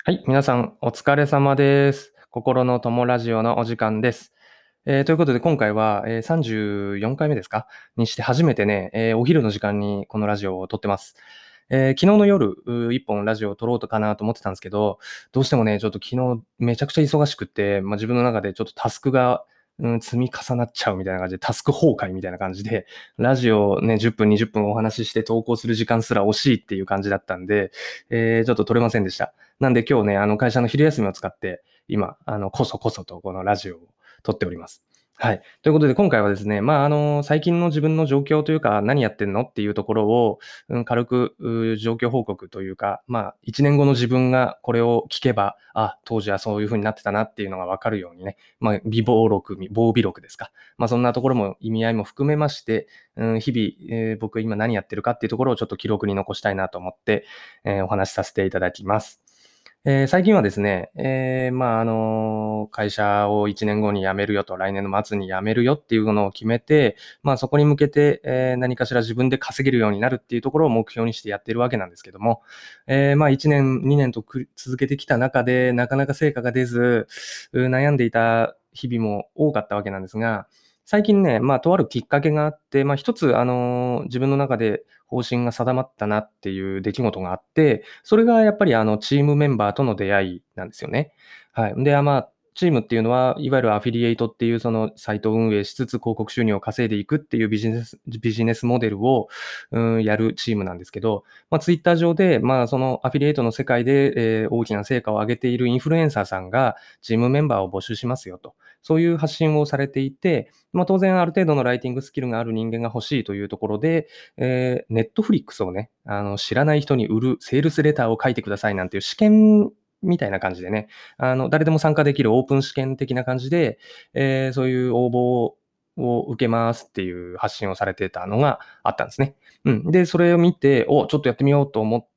はい、皆さんお疲れ様です。心の友ラジオのお時間です。ということで今回は、34回目ですかにして初めてね、お昼の時間にこのラジオを撮ってます。昨日の夜、一本ラジオを撮ろうとかなと思ってたんですけど、どうしてもね、ちょっと昨日めちゃくちゃ忙しくって、自分の中でちょっとタスクが、積み重なっちゃうみたいな感じで、タスク崩壊みたいな感じで、ラジオをね、10分、20分お話しして投稿する時間すら惜しいっていう感じだったんで、ちょっと撮れませんでした。なんで今日ね、会社の昼休みを使って、今、こそこそとこのラジオを撮っております。はい。ということで、今回はですね、最近の自分の状況というか、何やってんのっていうところを、軽く、状況報告というか、1年後の自分がこれを聞けば、当時はそういう風になってたなっていうのがわかるようにね、防備録ですか。そんなところも意味合いも含めまして、日々、僕今何やってるかっていうところをちょっと記録に残したいなと思って、お話しさせていただきます。最近はですね、会社を1年後に辞めるよと、来年の末に辞めるよっていうのを決めて、そこに向けて、何かしら自分で稼げるようになるっていうところを目標にしてやっているわけなんですけども、1年、2年と続けてきた中で、なかなか成果が出ず、悩んでいた日々も多かったわけなんですが、最近ね、とあるきっかけがあって、一つ、自分の中で方針が定まったなっていう出来事があって、それがやっぱりチームメンバーとの出会いなんですよね。はい。で、チームっていうのは、いわゆるアフィリエイトっていうそのサイトを運営しつつ広告収入を稼いでいくっていうビジネスモデルを、やるチームなんですけど、ツイッター上で、そのアフィリエイトの世界で、大きな成果を上げているインフルエンサーさんがチームメンバーを募集しますよと。そういう発信をされていて、当然ある程度のライティングスキルがある人間が欲しいというところで、ネットフリックスをね、知らない人に売るセールスレターを書いてくださいなんていう試験みたいな感じでね、誰でも参加できるオープン試験的な感じで、そういう応募を受けますっていう発信をされてたのがあったんですね。で、それを見て、ちょっとやってみようと思って、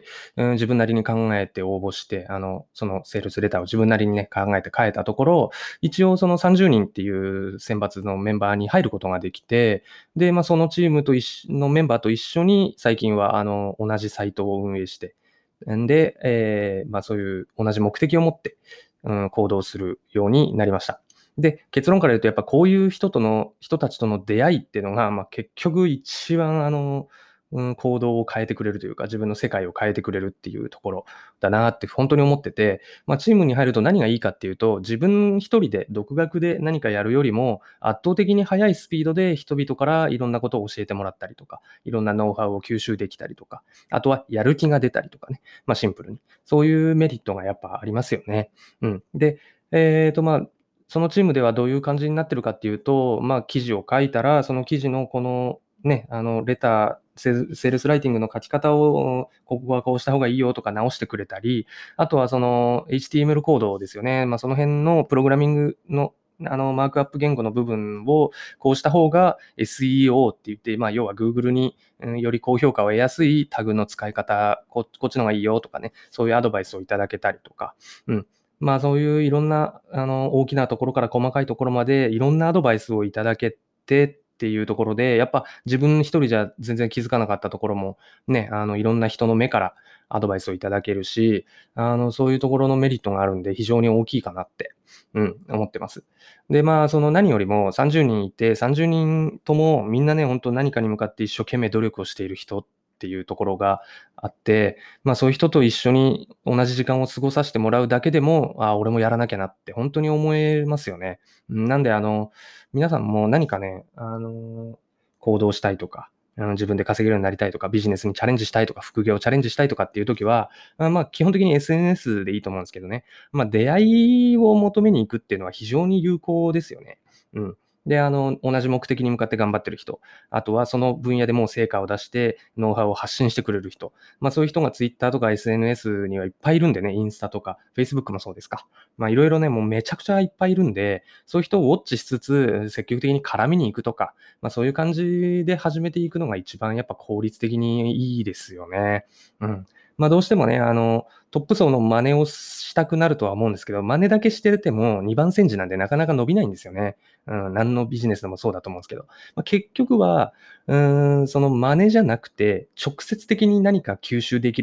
自分なりに考えて応募して、そのセールスレターを自分なりにね、考えて書いたところ、一応その30人っていう選抜のメンバーに入ることができて、で、そのチームのメンバーと一緒に最近は同じサイトを運営して、んで、そういう同じ目的を持って、行動するようになりました。で、結論から言うとやっぱこういう人たちとの出会いっていうのが、結局一番行動を変えてくれるというか、自分の世界を変えてくれるっていうところだなって本当に思ってて、チームに入ると何がいいかっていうと、自分一人で独学で何かやるよりも、圧倒的に速いスピードで人々からいろんなことを教えてもらったりとか、いろんなノウハウを吸収できたりとか、あとはやる気が出たりとかね、シンプルに。そういうメリットがやっぱありますよね。で、そのチームではどういう感じになってるかっていうと、記事を書いたら、その記事のこのね、レター、セールスライティングの書き方を、ここはこうした方がいいよとか直してくれたり、あとはその HTML コードですよね。その辺のプログラミングのマークアップ言語の部分をこうした方が SEO って言って、要は Google により高評価を得やすいタグの使い方、こっちの方がいいよとかね、そういうアドバイスをいただけたりとか、そういういろんな、大きなところから細かいところまでいろんなアドバイスをいただけてっていうところで、やっぱ自分一人じゃ全然気づかなかったところもね、いろんな人の目からアドバイスをいただけるし、そういうところのメリットがあるんで非常に大きいかなって、思ってます。で、その何よりも30人いて、30人ともみんなね、本当何かに向かって一生懸命努力をしている人っていうところがあって、そういう人と一緒に同じ時間を過ごさせてもらうだけでも、俺もやらなきゃなって本当に思えますよね。なんで皆さんも何かね、行動したいとか、自分で稼げるようになりたいとか、ビジネスにチャレンジしたいとか、副業チャレンジしたいとかっていう時は、基本的に SNS でいいと思うんですけどね。出会いを求めに行くっていうのは非常に有効ですよね。うん。で、同じ目的に向かって頑張ってる人、あとはその分野でもう成果を出して、ノウハウを発信してくれる人、そういう人が Twitter とか SNS にはいっぱいいるんでね、インスタとか Facebook もそうですか。いろいろね、もうめちゃくちゃいっぱいいるんで、そういう人をウォッチしつつ、積極的に絡みに行くとか、そういう感じで始めていくのが一番やっぱ効率的にいいですよね。うん。どうしてもね、トップ層の真似をしたくなるとは思うんですけど、真似だけしてても二番煎じなんでなかなか伸びないんですよね。何のビジネスでもそうだと思うんですけど。結局は、その真似じゃなくて、直接的に何か吸収できる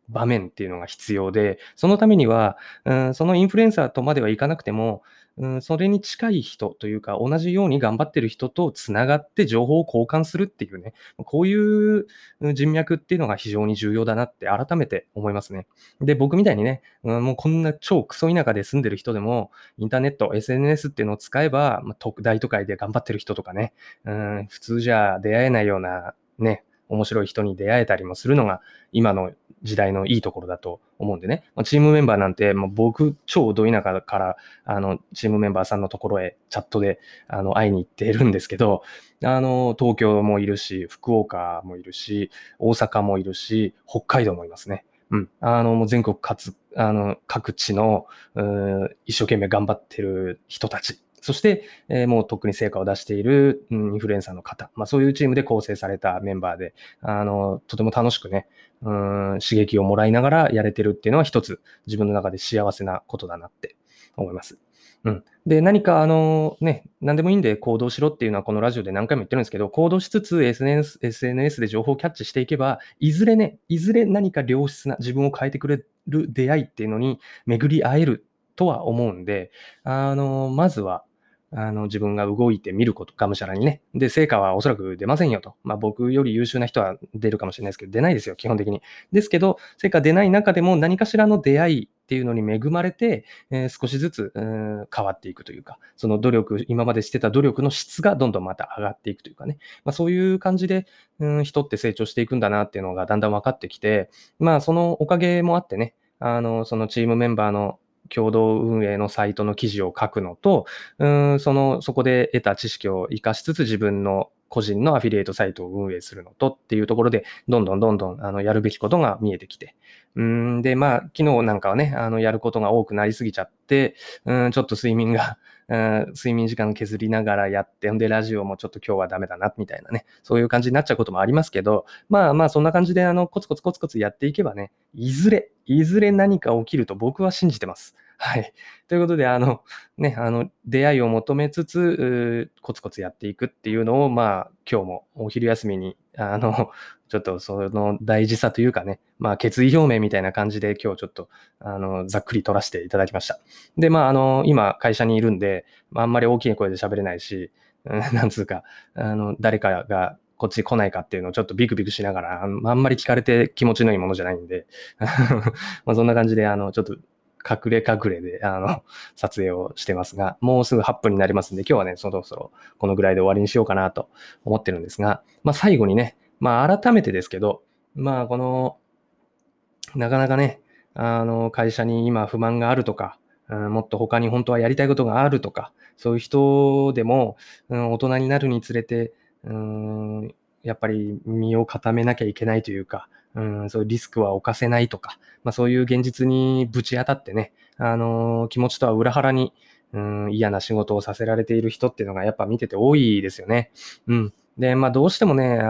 場面っていうのが必要で、そのためには、そのインフルエンサーとまではいかなくても、それに近い人というか、同じように頑張ってる人とつながって情報を交換するっていうね、こういう人脈っていうのが非常に重要だなって改めて思いますね。で、僕みたいにね、もうこんな超クソ田舎で住んでる人でも、インターネット、SNS っていうのを使えば、大都会で頑張ってる人とかね、普通じゃ出会えないようなね、面白い人に出会えたりもするのが、今の時代のいいところだと思うんでね。チームメンバーなんて、僕、超ど田舎から、チームメンバーさんのところへチャットで、会いに行っているんですけど、東京もいるし、福岡もいるし、大阪もいるし、北海道もいますね。もう全国各地の、一生懸命頑張ってる人たち。そして、もうとっくに成果を出している、インフルエンサーの方。そういうチームで構成されたメンバーで、とても楽しくね、刺激をもらいながらやれてるっていうのは一つ自分の中で幸せなことだなって思います。で、何か何でもいいんで行動しろっていうのはこのラジオで何回も言ってるんですけど、行動しつつ SNS で情報をキャッチしていけば、いずれ何か良質な自分を変えてくれる出会いっていうのに巡り会えるとは思うんで、まずは、自分が動いてみること、がむしゃらにね。で、成果はおそらく出ませんよと。僕より優秀な人は出るかもしれないですけど、出ないですよ、基本的に。ですけど、成果出ない中でも何かしらの出会いっていうのに恵まれて、少しずつ、変わっていくというか、その今までしてた努力の質がどんどんまた上がっていくというかね。そういう感じで、人って成長していくんだなっていうのがだんだん分かってきて、そのおかげもあってね、そのチームメンバーの共同運営のサイトの記事を書くのと、そこで得た知識を活かしつつ自分の個人のアフィリエイトサイトを運営するのとっていうところで、どんどんやるべきことが見えてきて。で、昨日なんかはね、やることが多くなりすぎちゃって、ちょっと睡眠時間削りながらやって、んで、ラジオもちょっと今日はダメだな、みたいなね、そういう感じになっちゃうこともありますけど、そんな感じで、コツコツやっていけばね、いずれ何か起きると僕は信じてます。はい。ということで、出会いを求めつつ、コツコツやっていくっていうのを、今日もお昼休みに、ちょっとその大事さというかね、決意表明みたいな感じで今日ちょっと、ざっくり取らせていただきました。で、今会社にいるんで、あんまり大きい声で喋れないし、なんつうか、誰かがこっち来ないかっていうのをちょっとビクビクしながら、あんまり聞かれて気持ちのいいものじゃないんで、そんな感じで、ちょっと隠れで、撮影をしてますが、もうすぐ8分になりますんで、今日はね、そろそろこのぐらいで終わりにしようかなと思ってるんですが、最後にね、改めてですけど、この、なかなかね、会社に今不満があるとか、もっと他に本当はやりたいことがあるとか、そういう人でも、大人になるにつれて、やっぱり身を固めなきゃいけないというか、そういうリスクは冒せないとか、そういう現実にぶち当たってね、気持ちとは裏腹に、嫌な仕事をさせられている人っていうのがやっぱ見てて多いですよね。で、どうしてもね、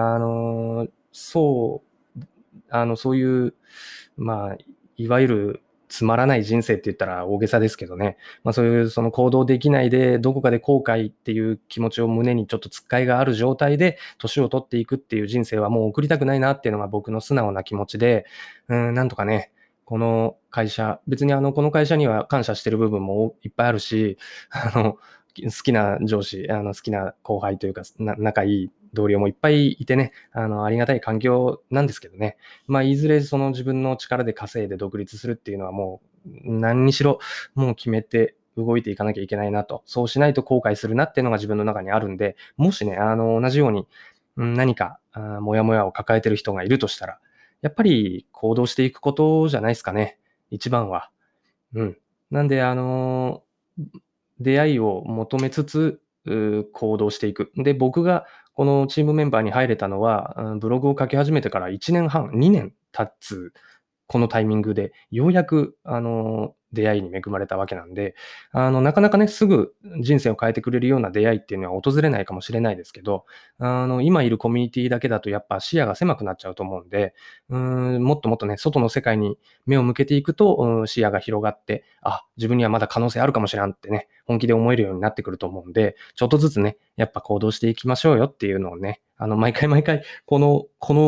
そういう、いわゆるつまらない人生って言ったら大げさですけどね。そういうその行動できないで、どこかで後悔っていう気持ちを胸にちょっとつっかいがある状態で、年を取っていくっていう人生はもう送りたくないなっていうのが僕の素直な気持ちで、なんとかね、この会社、別にこの会社には感謝してる部分もいっぱいあるし、好きな上司、好きな後輩というか、仲いい同僚もいっぱいいてね、ありがたい環境なんですけどね。いずれその自分の力で稼いで独立するっていうのはもう、何にしろ、もう決めて動いていかなきゃいけないなと。そうしないと後悔するなっていうのが自分の中にあるんで、もしね、同じように、何か、もやもやを抱えてる人がいるとしたら、やっぱり行動していくことじゃないですかね。一番は。なんで、出会いを求めつつ、行動していく。で、僕がこのチームメンバーに入れたのは、ブログを書き始めてから1年半、2年経つこのタイミングで、ようやく、出会いに恵まれたわけなんで、なかなかね、すぐ人生を変えてくれるような出会いっていうのは訪れないかもしれないですけど、今いるコミュニティだけだとやっぱ視野が狭くなっちゃうと思うんで、もっともっとね、外の世界に目を向けていくと、視野が広がって、自分にはまだ可能性あるかもしれんってね、本気で思えるようになってくると思うんで、ちょっとずつね、やっぱ行動していきましょうよっていうのをね、毎回、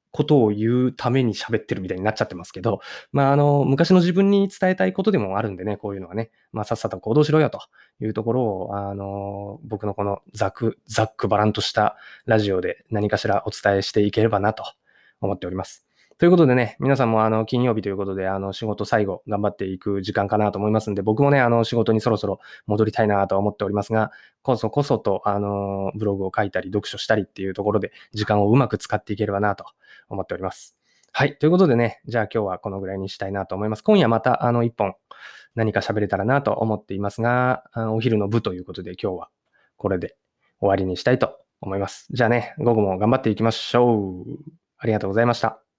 ことを言うために喋ってるみたいになっちゃってますけど、昔の自分に伝えたいことでもあるんでね、こういうのはね、さっさと行動しろよというところを、僕のこのざっくばらんとしたラジオで何かしらお伝えしていければなと思っております。ということでね、皆さんも金曜日ということで、仕事最後頑張っていく時間かなと思いますんで、僕もね、仕事にそろそろ戻りたいなと思っておりますが、こそこそと、ブログを書いたり、読書したりっていうところで、時間をうまく使っていければなと思っております。はい。ということでね、じゃあ今日はこのぐらいにしたいなと思います。今夜また、一本何か喋れたらなと思っていますが、お昼の部ということで今日はこれで終わりにしたいと思います。じゃあね、午後も頑張っていきましょう。ありがとうございました。